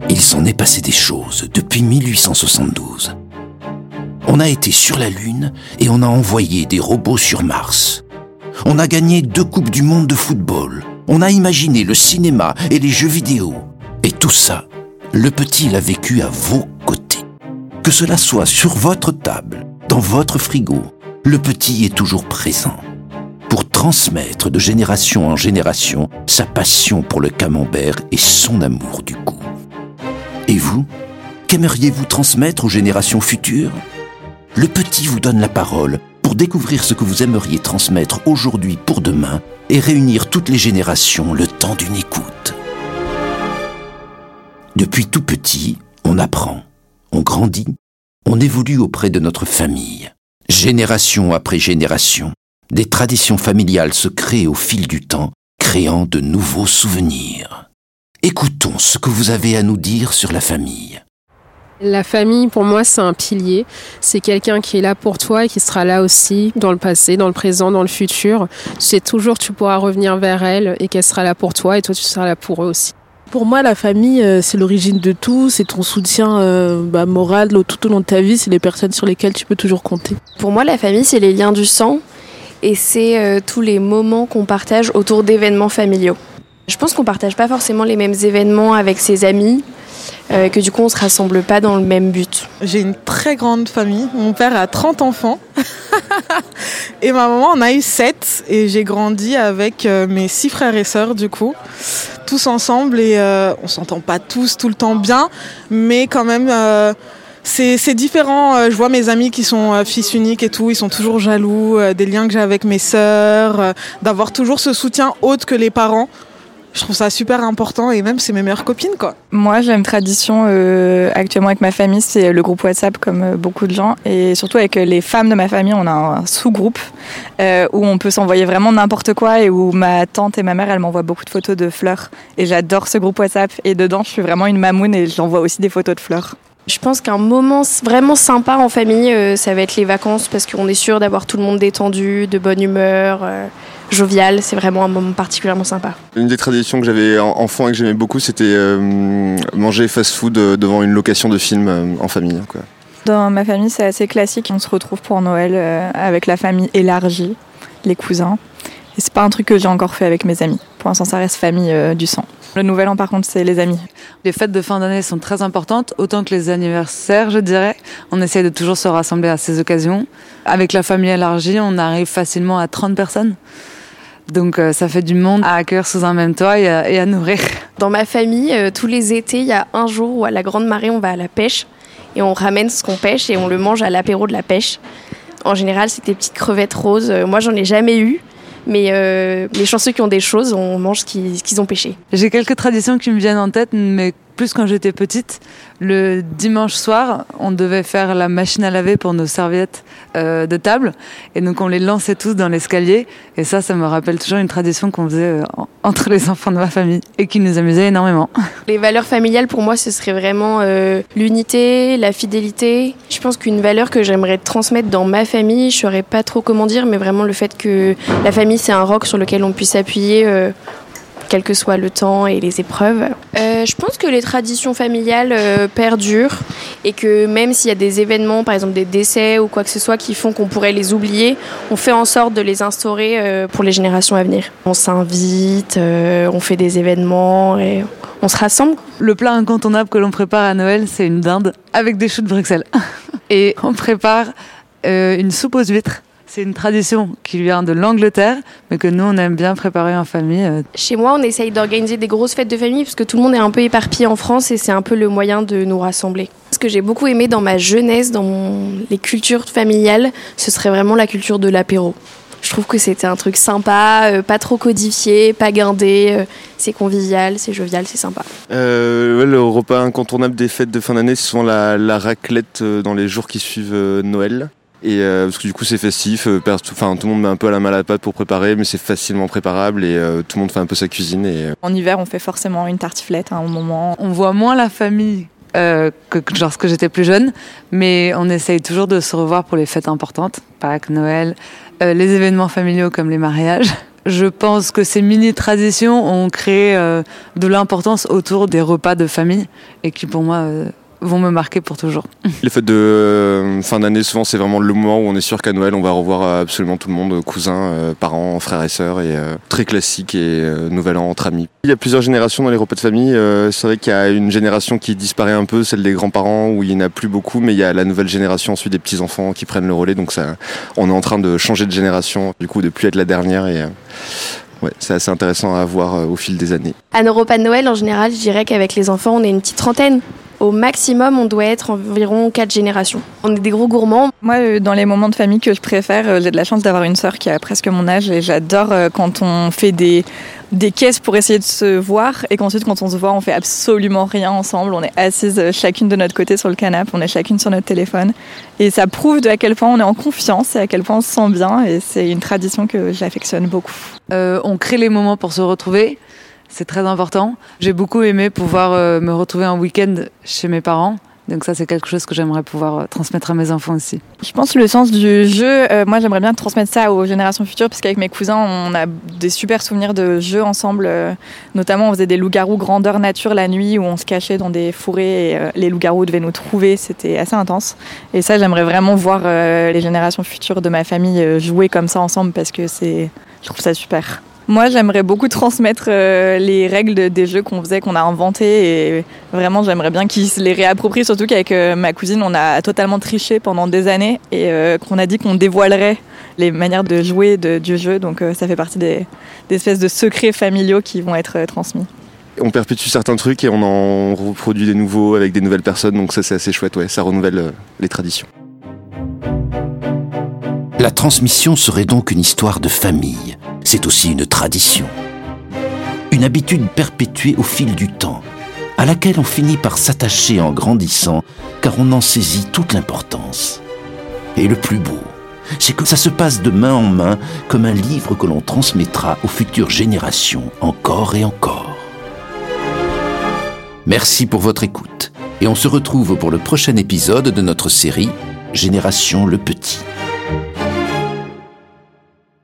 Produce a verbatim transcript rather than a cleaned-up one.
Il s'en est passé des choses depuis mille huit cent soixante-douze. On a été sur la Lune et on a envoyé des robots sur Mars. On a gagné deux Coupes du Monde de football. On a imaginé le cinéma et les jeux vidéo. Et tout ça, le petit l'a vécu à vos côtés. Que cela soit sur votre table, dans votre frigo, le petit est toujours présent. Pour transmettre de génération en génération sa passion pour le camembert et son amour du goût. Et vous, qu'aimeriez-vous transmettre aux générations futures ? Le petit vous donne la parole pour découvrir ce que vous aimeriez transmettre aujourd'hui pour demain et réunir toutes les générations le temps d'une écoute. Depuis tout petit, on apprend, on grandit, on évolue auprès de notre famille. Génération après génération, des traditions familiales se créent au fil du temps, créant de nouveaux souvenirs. Écoutons ce que vous avez à nous dire sur la famille. La famille, pour moi, c'est un pilier. C'est quelqu'un qui est là pour toi et qui sera là aussi dans le passé, dans le présent, dans le futur. Tu sais toujours que tu pourras revenir vers elle et qu'elle sera là pour toi et toi, tu seras là pour eux aussi. Pour moi, la famille, euh, c'est l'origine de tout. C'est ton soutien euh, bah, moral tout au long de ta vie. C'est les personnes sur lesquelles tu peux toujours compter. Pour moi, la famille, c'est les liens du sang et c'est euh, tous les moments qu'on partage autour d'événements familiaux. Je pense qu'on partage pas forcément les mêmes événements avec ses amis. Euh, que du coup on se rassemble pas dans le même but. J'ai une très grande famille, mon père a trente enfants et ma maman en a eu sept et j'ai grandi avec euh, mes six frères et sœurs du coup, tous ensemble et euh, on s'entend pas tous tout le temps bien, mais quand même euh, c'est, c'est différent. Je vois mes amis qui sont euh, fils uniques et tout, ils sont toujours jaloux euh, des liens que j'ai avec mes sœurs, euh, d'avoir toujours ce soutien autre que les parents. Je trouve ça super important et même c'est mes meilleures copines quoi. Moi j'ai une tradition euh, actuellement avec ma famille, c'est le groupe WhatsApp comme euh, beaucoup de gens et surtout avec euh, les femmes de ma famille, on a un, un sous-groupe euh, où on peut s'envoyer vraiment n'importe quoi et où ma tante et ma mère elles m'envoient beaucoup de photos de fleurs et j'adore ce groupe WhatsApp et dedans je suis vraiment une mamoune et j'envoie aussi des photos de fleurs. Je pense qu'un moment vraiment sympa en famille, euh, ça va être les vacances parce qu'on est sûr d'avoir tout le monde détendu, de bonne humeur, euh, jovial. C'est vraiment un moment particulièrement sympa. Une des traditions que j'avais enfant et que j'aimais beaucoup, c'était euh, manger fast-food devant une location de film euh, en famille, quoi. Dans ma famille, c'est assez classique. On se retrouve pour Noël euh, avec la famille élargie, les cousins. Et c'est pas un truc que j'ai encore fait avec mes amis. Pour l'instant, ça reste famille euh, du sang. Le nouvel an, par contre, c'est les amis. Les fêtes de fin d'année sont très importantes, autant que les anniversaires, je dirais. On essaie de toujours se rassembler à ces occasions. Avec la famille élargie, on arrive facilement à trente personnes. Donc euh, ça fait du monde à accueillir sous un même toit et à, et à nourrir. Dans ma famille, euh, tous les étés, il y a un jour où à la grande marée, on va à la pêche. Et on ramène ce qu'on pêche et on le mange à l'apéro de la pêche. En général, c'est des petites crevettes roses. Euh, moi, j'en ai jamais eu. Mais euh, les chanceux qui ont des choses, on mange ce qu'ils, ce qu'ils ont pêché. J'ai quelques traditions qui me viennent en tête, mais plus quand j'étais petite. Le dimanche soir, on devait faire la machine à laver pour nos serviettes euh, de table. Et donc, on les lançait tous dans l'escalier. Et ça, ça me rappelle toujours une tradition qu'on faisait euh, entre les enfants de ma famille et qui nous amusait énormément. Les valeurs familiales, pour moi, ce serait vraiment euh, l'unité, la fidélité. Je pense qu'une valeur que j'aimerais transmettre dans ma famille, je ne saurais pas trop comment dire, mais vraiment le fait que la famille, c'est un roc sur lequel on puisse s'appuyer euh, quel que soit le temps et les épreuves. Euh, je pense que les traditions familiales euh, perdurent et que même s'il y a des événements, par exemple des décès ou quoi que ce soit qui font qu'on pourrait les oublier, on fait en sorte de les instaurer euh, pour les générations à venir. On s'invite, euh, on fait des événements et on se rassemble. Le plat incontournable que l'on prépare à Noël, c'est une dinde avec des choux de Bruxelles. Et on prépare euh, une soupe aux huîtres. C'est une tradition qui vient de l'Angleterre, mais que nous, on aime bien préparer en famille. Chez moi, on essaye d'organiser des grosses fêtes de famille parce que tout le monde est un peu éparpillé en France et c'est un peu le moyen de nous rassembler. Ce que j'ai beaucoup aimé dans ma jeunesse, dans mon... les cultures familiales, ce serait vraiment la culture de l'apéro. Je trouve que c'était un truc sympa, euh, pas trop codifié, pas guindé, euh, c'est convivial, c'est jovial, c'est sympa. Euh, ouais, le repas incontournable des fêtes de fin d'année, c'est souvent la, la raclette dans les jours qui suivent euh, Noël. Et euh, parce que du coup c'est festif, euh, enfin tout le monde met un peu la main à la pâte pour préparer, mais c'est facilement préparable et euh, tout le monde fait un peu sa cuisine. Et, euh... En hiver, on fait forcément une tartiflette à un moment. On voit moins la famille euh, que lorsque j'étais plus jeune, mais on essaye toujours de se revoir pour les fêtes importantes, Pâques, Noël, euh, les événements familiaux comme les mariages. je pense que ces mini-traditions ont créé euh, de l'importance autour des repas de famille et qui pour moi euh, vont me marquer pour toujours. Les fêtes de euh, fin d'année, souvent c'est vraiment le moment où on est sûr qu'à Noël on va revoir absolument tout le monde, cousins, euh, parents, frères et sœurs, et euh, très classique, et euh, Nouvel An entre amis. Il y a plusieurs générations dans les repas de famille. Euh, c'est vrai qu'il y a une génération qui disparaît un peu, celle des grands-parents, où il n'y en a plus beaucoup, mais il y a la nouvelle génération ensuite des petits-enfants qui prennent le relais, donc ça, on est en train de changer de génération, du coup de plus être la dernière, et euh, ouais, c'est assez intéressant à voir euh, au fil des années. À nos repas de Noël, en général, je dirais qu'avec les enfants, on est une petite trentaine. Au maximum, on doit être environ quatre générations. On est des gros gourmands. Moi, dans les moments de famille que je préfère, j'ai de la chance d'avoir une sœur qui a presque mon âge et j'adore quand on fait des, des caisses pour essayer de se voir et qu'ensuite, quand on se voit, on fait absolument rien ensemble. On est assises chacune de notre côté sur le canapé, on est chacune sur notre téléphone. Et ça prouve de à quel point on est en confiance et à quel point on se sent bien. Et c'est une tradition que j'affectionne beaucoup. Euh, on crée les moments pour se retrouver. C'est très important. J'ai beaucoup aimé pouvoir euh, me retrouver un week-end chez mes parents. Donc ça, c'est quelque chose que j'aimerais pouvoir euh, transmettre à mes enfants aussi. Je pense que le sens du jeu, euh, moi j'aimerais bien transmettre ça aux générations futures, parce qu'avec mes cousins, on a des super souvenirs de jeux ensemble. Euh, notamment, on faisait des loups-garous grandeur nature la nuit, où on se cachait dans des forêts et euh, les loups-garous devaient nous trouver. C'était assez intense. Et ça, j'aimerais vraiment voir euh, les générations futures de ma famille euh, jouer comme ça ensemble, parce que c'est, je trouve ça super. Moi, j'aimerais beaucoup transmettre euh, les règles des jeux qu'on faisait, qu'on a inventés, et vraiment, j'aimerais bien qu'ils se les réapproprient, surtout qu'avec euh, ma cousine, on a totalement triché pendant des années et euh, qu'on a dit qu'on dévoilerait les manières de jouer de, du jeu, donc euh, ça fait partie des, des espèces de secrets familiaux qui vont être euh, transmis. On perpétue certains trucs et on en reproduit des nouveaux avec des nouvelles personnes, donc ça c'est assez chouette, ouais, ça renouvelle euh, les traditions. La transmission serait donc une histoire de famille. C'est aussi une tradition. Une habitude perpétuée au fil du temps, à laquelle on finit par s'attacher en grandissant, car on en saisit toute l'importance. Et le plus beau, c'est que ça se passe de main en main, comme un livre que l'on transmettra aux futures générations, encore et encore. Merci pour votre écoute, et on se retrouve pour le prochain épisode de notre série Génération Le Petit.